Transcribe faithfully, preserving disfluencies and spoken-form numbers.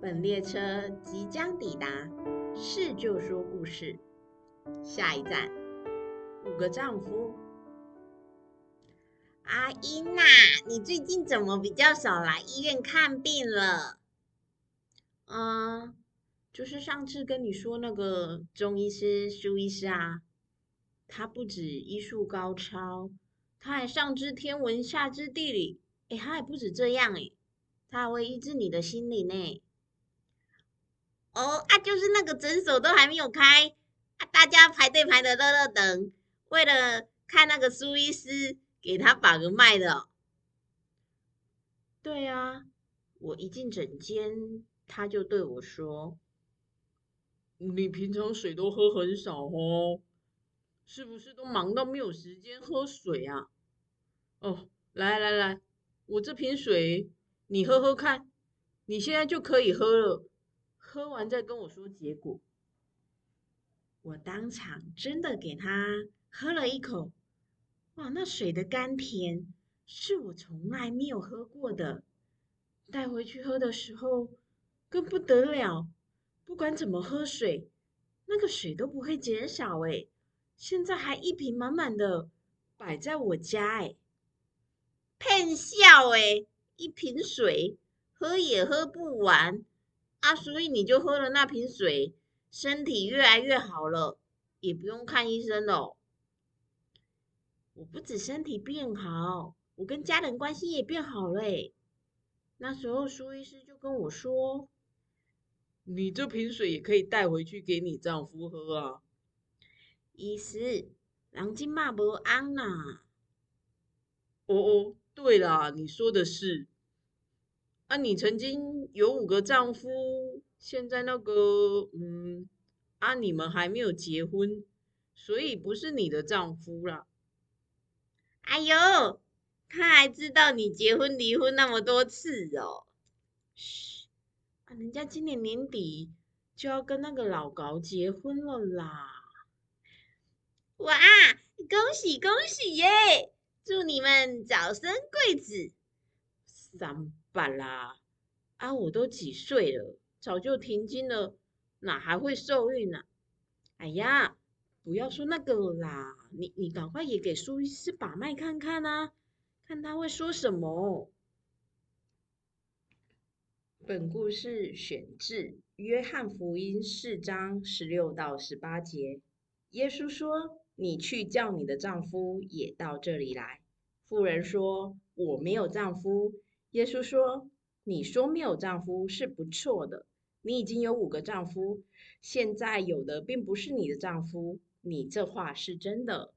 本列车即将抵达，是就说故事。下一站，五个丈夫。阿英呐，你最近怎么比较少来医院看病了？嗯，就是上次跟你说那个中医师苏医师啊，他不止医术高超，他还上知天文下知地理，诶，他还不止这样诶，他还会医治你的心灵呢。哦啊，就是那个诊所都还没有开，啊，大家排队排的热热等，为了看那个苏医师给他把个脉的哦。对啊，我一进诊间，他就对我说：“你平常水都喝很少哦，是不是都忙到没有时间喝水啊？”哦，来来来，我这瓶水你喝喝看，你现在就可以喝了，喝完再跟我说结果。我当场真的给他喝了一口，哇，那水的甘甜是我从来没有喝过的。带回去喝的时候更不得了，不管怎么喝水，那个水都不会减少诶。现在还一瓶满满的摆在我家诶，骗笑诶，一瓶水喝也喝不完啊，所以你就喝了那瓶水，身体越来越好了，也不用看医生了。我不止身体变好，我跟家人关系也变好了诶。那时候苏医师就跟我说：“你这瓶水也可以带回去给你丈夫喝啊。”医师，人今嘛无安啦。哦哦，对啦，你说的是。啊，你曾经有五个丈夫，现在那个，嗯，啊，你们还没有结婚，所以不是你的丈夫啦。哎呦，他还知道你结婚离婚那么多次哦。嘘，啊，人家今年年底就要跟那个老高结婚了啦！哇，恭喜恭喜耶！祝你们早生贵子。三八啦，啊，我都几岁了，早就停经了，哪还会受孕呢、啊？哎呀，不要说那个了啦，你你赶快也给苏医师把脉看看啊，看他会说什么。本故事选自《约翰福音》四章十六到十八节。耶稣说：“你去叫你的丈夫也到这里来。”妇人说：“我没有丈夫。”耶稣说：“你说没有丈夫是不错的，你已经有五个丈夫，现在有的并不是你的丈夫，你这话是真的。